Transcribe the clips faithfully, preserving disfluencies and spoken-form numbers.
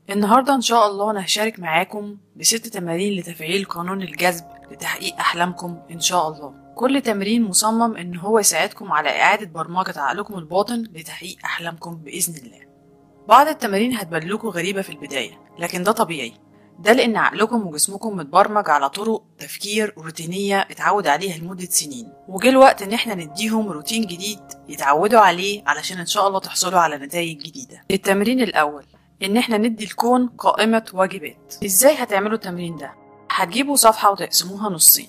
النهاردة إن شاء الله أنا هشارك معاكم بست تمارين لتفعيل قانون الجذب لتحقيق أحلامكم إن شاء الله. كل تمرين مصمم إن هو يساعدكم على إعادة برمجة عقلكم الباطن لتحقيق أحلامكم بإذن الله. بعض التمارين هتبان لكم غريبة في البداية، لكن ده طبيعي، ده لأن عقلكم وجسمكم متبرمج على طرق تفكير روتينية اتعود عليها لمدة سنين، وجه الوقت إن احنا نديهم روتين جديد يتعودوا عليه علشان إن شاء الله تحصلوا على نتائج جديدة. التمرين الأول إن احنا ندي الكون قائمة واجبات. إزاي هتعملوا التمرين ده؟ هتجيبوا صفحة وتقسموها نصين،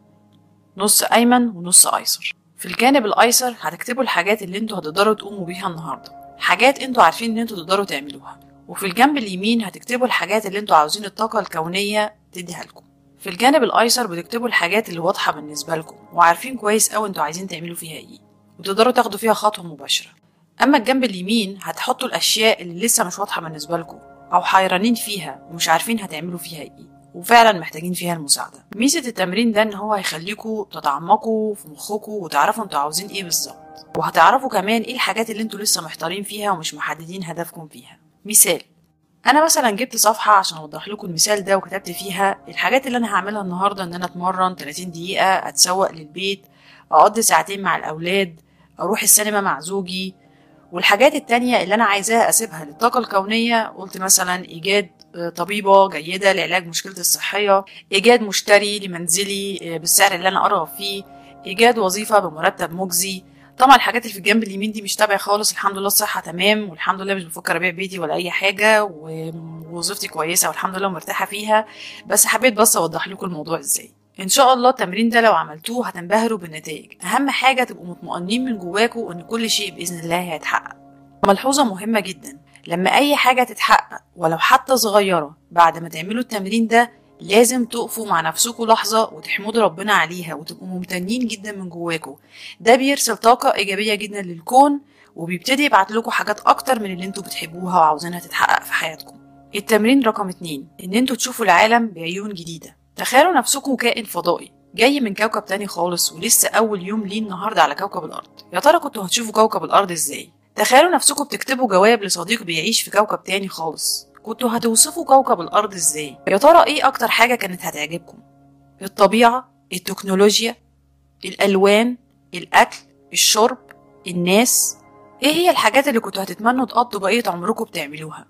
نص أيمن ونص أيسر. في الجانب الأيسر هتكتبوا الحاجات اللي انتوا هتقدروا تقوموا بيها النهاردة، حاجات انتوا عارفين ان انتوا تقدروا تعملوها. وفي الجنب اليمين هتكتبوا الحاجات اللي انتوا عاوزين الطاقة الكونية تديها لكم. في الجانب الأيسر بتكتبوا الحاجات اللي واضحة بالنسبة لكم وعارفين كويس أوي انتوا عايزين تعملوا فيها ايه وتقدروا تاخدوا فيها خطوة مباشرة. أما الجنب اليمين هتحطوا الأشياء اللي لسه مش واضحة بالنسبة لكم أو حيرانين فيها ومش عارفين هتعملوا فيها ايه وفعلا محتاجين فيها المساعدة. ميزة التمرين ده ان هو هيخليكوا تتعمقوا في مخكوا وتعرفوا انتوا عاوزين ايه بالظبط، وهتعرفوا كمان ايه الحاجات اللي انتوا لسه محتارين فيها ومش محددين هدفكم فيها. مثال، انا مثلا جبت صفحة عشان اوضح لكم المثال ده وكتبت فيها الحاجات اللي انا هعملها النهاردة: ان انا اتمرن ثلاثين دقيقة، اتسوق للبيت، اقضي ساعتين مع الاولاد، اروح السينما مع زوجي. والحاجات التانية اللي انا عايزاها اسيبها للطاقة الكونية، قلت مثلا ايجاد طبيبة جيدة لعلاج مشكلتي الصحية، إيجاد مشتري لمنزلي بالسعر اللي أنا أرغب فيه، إيجاد وظيفة بمرتب مجزي. طبعا الحاجات اللي في الجنب اليمين دي مش تابعي خالص، الحمد لله الصحة تمام والحمد لله مش بفكر أبيع بيتي ولا أي حاجة ووظيفتي كويسة والحمد لله مرتاحة فيها، بس حبيت بس أوضح لكم الموضوع إزاي. إن شاء الله التمرين ده لو عملتوه هتنبهروا بالنتائج. أهم حاجة تبقوا مطمئنين من جواكوا إن كل شيء بإذن الله هيتحقق. ملحوظة مهمة جدا، لما أي حاجة تتحقق ولو حتى صغيرة بعد ما تعملوا التمرين ده لازم تقفوا مع نفسكوا لحظة وتحمدوا ربنا عليها وتبقوا ممتنين جدا من جواكوا. ده بيرسل طاقة إيجابية جدا للكون وبيبتدي يبعت لكم حاجات أكتر من اللي انتوا بتحبوها وعاوزينها تتحقق في حياتكم. التمرين رقم اتنين إن انتوا تشوفوا العالم بعيون جديدة. تخيلوا نفسكوا كائن فضائي جاي من كوكب تاني خالص ولسه أول يوم ليه النهاردة على كوكب الأرض. يا ترى كنتوا هتشوفوا كوكب الأرض إزاي؟ تخيلوا نفسكم بتكتبوا جواب لصديق بيعيش في كوكب تاني خالص، كنتوا هتوصفوا كوكب الأرض ازاي؟ يا ترى ايه أكتر حاجة كانت هتعجبكم؟ الطبيعة، التكنولوجيا، الألوان، الأكل، الشرب، الناس؟ ايه هي الحاجات اللي كنتوا هتتمنوا تقضوا بقية عمركم بتعملوها؟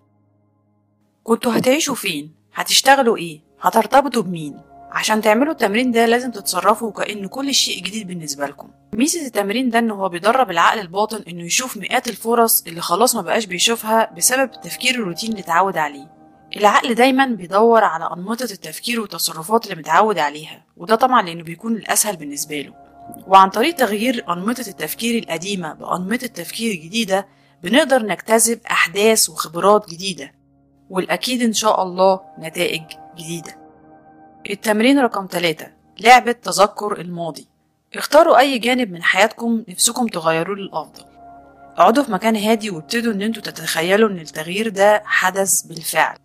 كنتوا هتعيشوا فين؟ هتشتغلوا ايه؟ هترتبطوا بمين؟ عشان تعملوا التمرين ده لازم تتصرفوا كأن كل شيء جديد بالنسبة لكم. ميزة التمرين ده انه هو بيدرب العقل الباطن انه يشوف مئات الفرص اللي خلاص ما بقاش بيشوفها بسبب التفكير الروتين اللي اتعود عليه. العقل دايما بيدور على أنمطة التفكير والتصرفات اللي متعود عليها، وده طبعا لأنه بيكون الأسهل بالنسبة له. وعن طريق تغيير أنمطة التفكير القديمة بأنمطة تفكير جديدة بنقدر نجتذب أحداث وخبرات جديدة، والأكيد إن شاء الله نتائج جديدة. التمرين رقم ثلاثة لعبة تذكر الماضي. اختاروا أي جانب من حياتكم نفسكم تغيروه للأفضل. اقعدوا في مكان هادي وابتدوا ان انتوا تتخيلوا ان التغيير ده حدث بالفعل.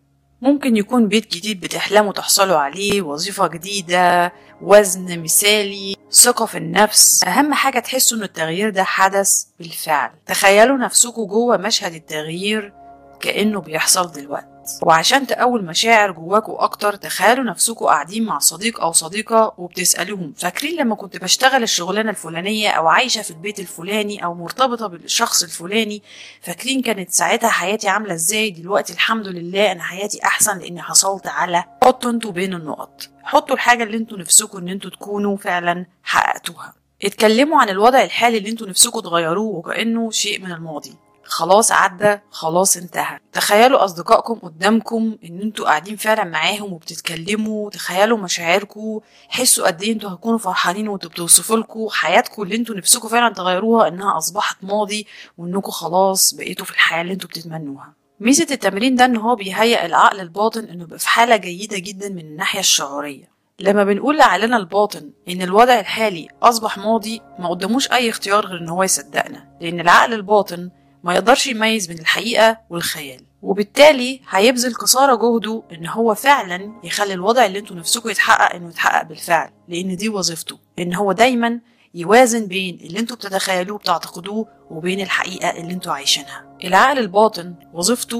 ممكن يكون بيت جديد بتحلموا تحصلوا عليه، وظيفة جديدة، وزن مثالي، ثقة في النفس. أهم حاجة تحسوا ان التغيير ده حدث بالفعل. تخيلوا نفسكم جوه مشهد التغيير كأنه بيحصل دلوقتي. وعشان تقوي المشاعر جواكوا اكتر تخيلوا نفسكوا قاعدين مع صديق او صديقة وبتسألوهم: فاكرين لما كنت بشتغل الشغلانة الفلانية او عايشة في البيت الفلاني او مرتبطة بالشخص الفلاني؟ فاكرين كانت ساعتها حياتي عاملة ازاي؟ دلوقتي الحمد لله انا حياتي احسن لاني حصلت على. حطوا انتوا بين النقط، حطوا الحاجة اللي انتوا نفسكوا ان انتوا تكونوا فعلا حققتوها. اتكلموا عن الوضع الحالي اللي انتوا نفسكوا تغيروه وكأنه شيء من الماضي، خلاص عدى، خلاص انتهى. تخيلوا أصدقائكم قدامكم إن انتوا قاعدين فعلا معاهم وبتتكلموا. تخيلوا مشاعركم، حسوا قد ايه انتوا هتكونوا فرحانين وانتوا بتوصفوا لكم حياتكم اللي انتوا نفسكم فعلا تغيروها انها أصبحت ماضي وانكم خلاص بقيتوا في الحياة اللي انتوا بتتمنوها. ميزة التمرين ده ان هو بيهيئ العقل الباطن انه يبقى في حالة جيدة جدا من الناحية الشعورية. لما بنقول لعقلنا الباطن ان الوضع الحالي أصبح ماضي ما قداموش أي اختيار غير ان هو يصدقنا، لأن العقل الباطن ما يقدرش يميز بين الحقيقة والخيال، وبالتالي هيبذل قصارى جهده ان هو فعلا يخلي الوضع اللي انتوا نفسكم يتحقق انه يتحقق بالفعل، لان دي وظيفته، ان هو دايما يوازن بين اللي انتوا بتتخيلوه بتعتقدوه وبين الحقيقة اللي انتوا عايشينها. العقل الباطن وظيفته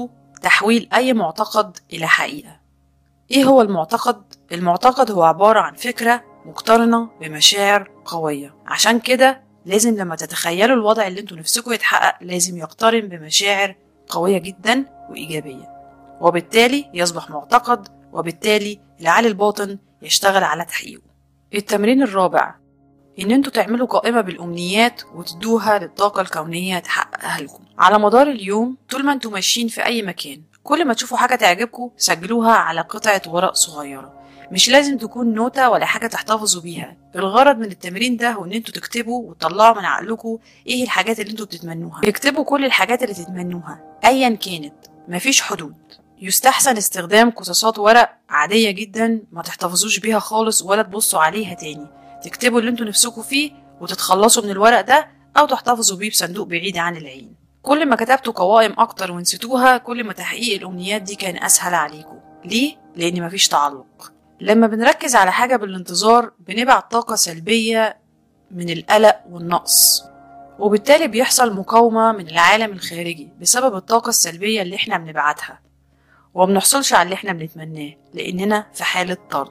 تحويل أي معتقد إلى حقيقة. إيه هو المعتقد؟ المعتقد هو عبارة عن فكرة مقترنة بمشاعر قوية، عشان كده لازم لما تتخيلوا الوضع اللي انتوا نفسكم يتحقق لازم يقترن بمشاعر قوية جدا وإيجابية، وبالتالي يصبح معتقد، وبالتالي العقل الباطن يشتغل على تحقيقه. التمرين الرابع إن انتوا تعملوا قائمة بالأمنيات وتدوها للطاقة الكونية تحققها لكم على مدار اليوم. طول ما انتوا ماشيين في أي مكان، كل ما تشوفوا حاجة تعجبكم سجلوها على قطعة ورق صغيرة، مش لازم تكون نوتة ولا حاجة تحتفظوا بيها. الغرض من التمرين ده هو ان انتوا تكتبوا وتطلعوا من عقلكم ايه الحاجات اللي انتوا بتتمنوها. اكتبوا كل الحاجات اللي تتمنوها ايا كانت، مفيش حدود. يستحسن استخدام قصاصات ورق عادية جدا ما تحتفظوش بيها خالص ولا تبصوا عليها تاني. تكتبوا اللي انتوا نفسكم فيه وتتخلصوا من الورق ده او تحتفظوا بيه بصندوق بعيد عن العين. كل ما كتبتوا قوائم اكتر ونسيتوها كل ما تحقيق الامنيات دي كان اسهل عليكم. ليه؟ لان مفيش تعلق. لما بنركز على حاجة بالانتظار بنبعت طاقة سلبية من القلق والنقص، وبالتالي بيحصل مقاومة من العالم الخارجي بسبب الطاقة السلبية اللي احنا بنبعتها، ومنحصلش على اللي احنا بنتمناه لاننا في حالة طرد.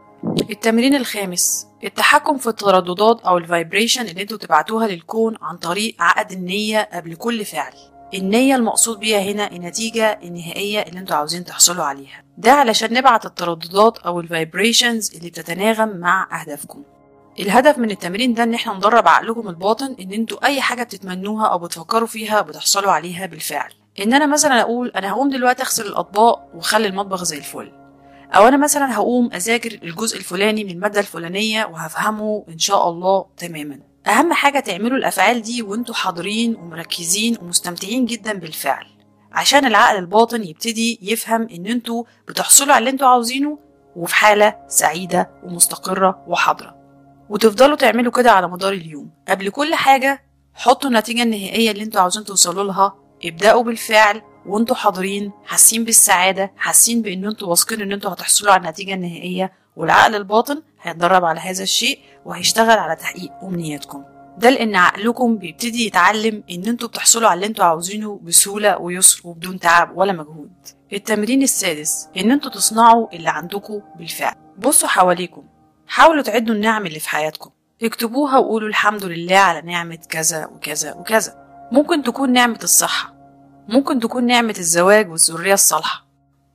التمرين الخامس التحكم في الترددات او الفايبريشن اللي انتوا تبعتوها للكون عن طريق عقد النية قبل كل فعل. النية المقصود بيها هنا النتيجة النهائية اللي انتوا عاوزين تحصلوا عليها، ده علشان نبعت الترددات او الفايبريشنز اللي بتتناغم مع اهدافكم. الهدف من التمرين ده ان احنا ندرب عقلكم الباطن ان انتوا اي حاجة بتتمنوها او بتفكروا فيها بتحصلوا عليها بالفعل. ان انا مثلا اقول انا هقوم دلوقتي اغسل الاطباق واخلي المطبخ زي الفل، او انا مثلا هقوم اذاكر الجزء الفلاني من المادة الفلانية وهفهمه ان شاء الله تماما. اهم حاجة تعملوا الافعال دي وانتوا حاضرين ومركزين ومستمتعين جدا بالفعل، عشان العقل الباطن يبتدي يفهم ان انتوا بتحصلوا على اللي انتوا عاوزينه وفي حالة سعيدة ومستقرة وحاضرة. وتفضلوا تعملوا كده على مدار اليوم. قبل كل حاجة حطوا النتيجة النهائية اللي انتوا عاوزين توصلوا لها. ابدأوا بالفعل وانتوا حاضرين، حاسين بالسعادة، حاسين بان انتوا واثقين ان انتوا هتحصلوا على النتيجة النهائية، والعقل الباطن هيتدرب على هذا الشيء وهيشتغل على تحقيق امنياتكم. ده لان عقلكم بيبتدي يتعلم ان انتوا بتحصلوا على اللي انتوا عاوزينه بسهولة ويسر وبدون تعب ولا مجهود. التمرين السادس ان انتوا تصنعوا اللي عندكم بالفعل. بصوا حواليكم، حاولوا تعدوا النعم اللي في حياتكم، اكتبوها وقولوا الحمد لله على نعمة كذا وكذا وكذا. ممكن تكون نعمة الصحة، ممكن تكون نعمة الزواج والذرية الصالحة،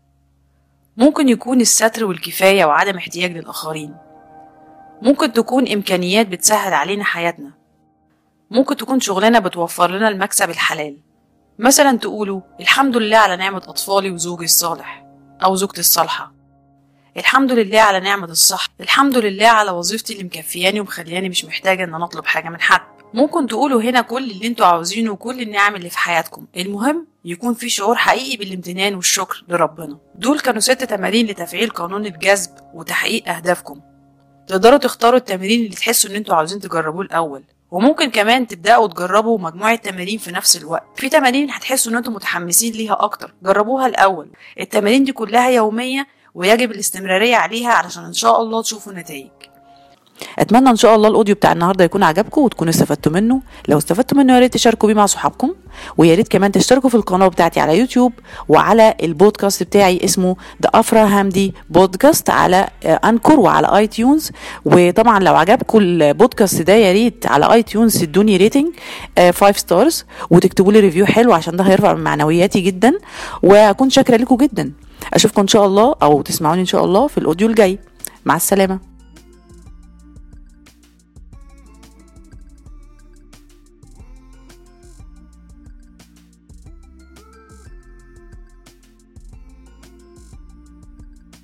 ممكن يكون الستر والكفاية وعدم احتياج للآخرين، ممكن تكون إمكانيات بتسهل علينا حياتنا، ممكن تكون شغلنا بتوفر لنا المكسب الحلال. مثلا تقولوا الحمد لله على نعمة أطفالي وزوجي الصالح أو زوجتي الصالحة، الحمد لله على نعمة الصحة، الحمد لله على وظيفتي اللي مكفياني ومخلياني مش محتاجة ان انا اطلب حاجة من حد. ممكن تقولوا هنا كل اللي انتوا عاوزينه وكل النعم اللي في حياتكم، المهم يكون في شعور حقيقي بالامتنان والشكر لربنا. دول كانوا ست تمارين لتفعيل قانون الجذب وتحقيق اهدافكم. تقدروا تختاروا التمرين اللي تحسوا ان انتوا عاوزين تجربوه الاول، وممكن كمان تبداوا تجربوا مجموعة تمارين في نفس الوقت. في تمارين هتحسوا ان انتوا متحمسين ليها اكتر، جربوها الاول. التمارين دي كلها يومية ويجب الاستمرارية عليها علشان ان شاء الله تشوفوا نتائج. اتمنى ان شاء الله الاوديو بتاع النهارده يكون عجبكم وتكونوا استفدتوا منه. لو استفدتوا منه يا ريت تشاركوا بيه مع صحابكم، ويا ريت كمان تشتركوا في القناه بتاعتي على يوتيوب وعلى البودكاست بتاعي اسمه ذا افرا هامدي بودكاست على انكور وعلى اي تيونز. وطبعا لو عجبكم البودكاست ده يا ريت على اي تيونز تدوني ريتنج خمسة ستارز وتكتبوا لي ريفيو حلو عشان ده هيرفع من معنوياتي جدا، واكون شاكره لكم جدا. اشوفكم ان شاء الله او تسمعوني ان شاء الله في الاوديو الجاي. مع السلامه.